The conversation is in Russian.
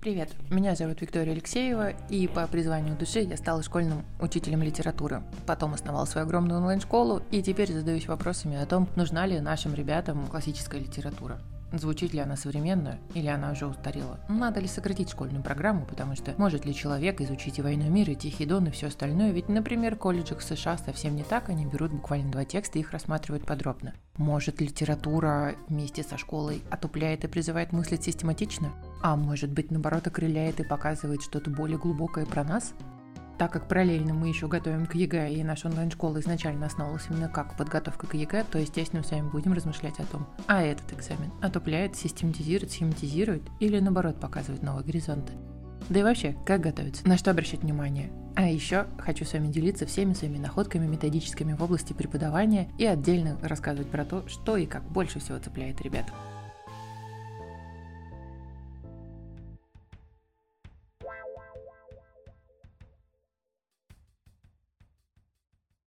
Привет, меня зовут Виктория Алексеева, и по призванию души я стала школьным учителем литературы. Потом основала свою огромную онлайн-школу, и теперь задаюсь вопросами о том, нужна ли нашим ребятам классическая литература. Звучит ли она современно, или она уже устарела? Надо ли сократить школьную программу, потому что может ли человек изучить и «Войну и мир», и «Тихий Дон», и все остальное? Ведь, например, в колледжах США совсем не так, они берут буквально 2 текста и их рассматривают подробно. Может, литература вместе со школой отупляет и призывает мыслить систематично? А может быть, наоборот, окрыляет и показывает что-то более глубокое про нас? Так как параллельно мы еще готовим к ЕГЭ, и наша онлайн-школа изначально основывалась именно как подготовка к ЕГЭ, то, естественно, мы с вами будем размышлять о том, а этот экзамен отупляет, систематизирует, схематизирует или, наоборот, показывает новые горизонты. Да и вообще, как готовиться, на что обращать внимание. А еще хочу с вами делиться всеми своими находками методическими в области преподавания и отдельно рассказывать про то, что и как больше всего цепляет ребят.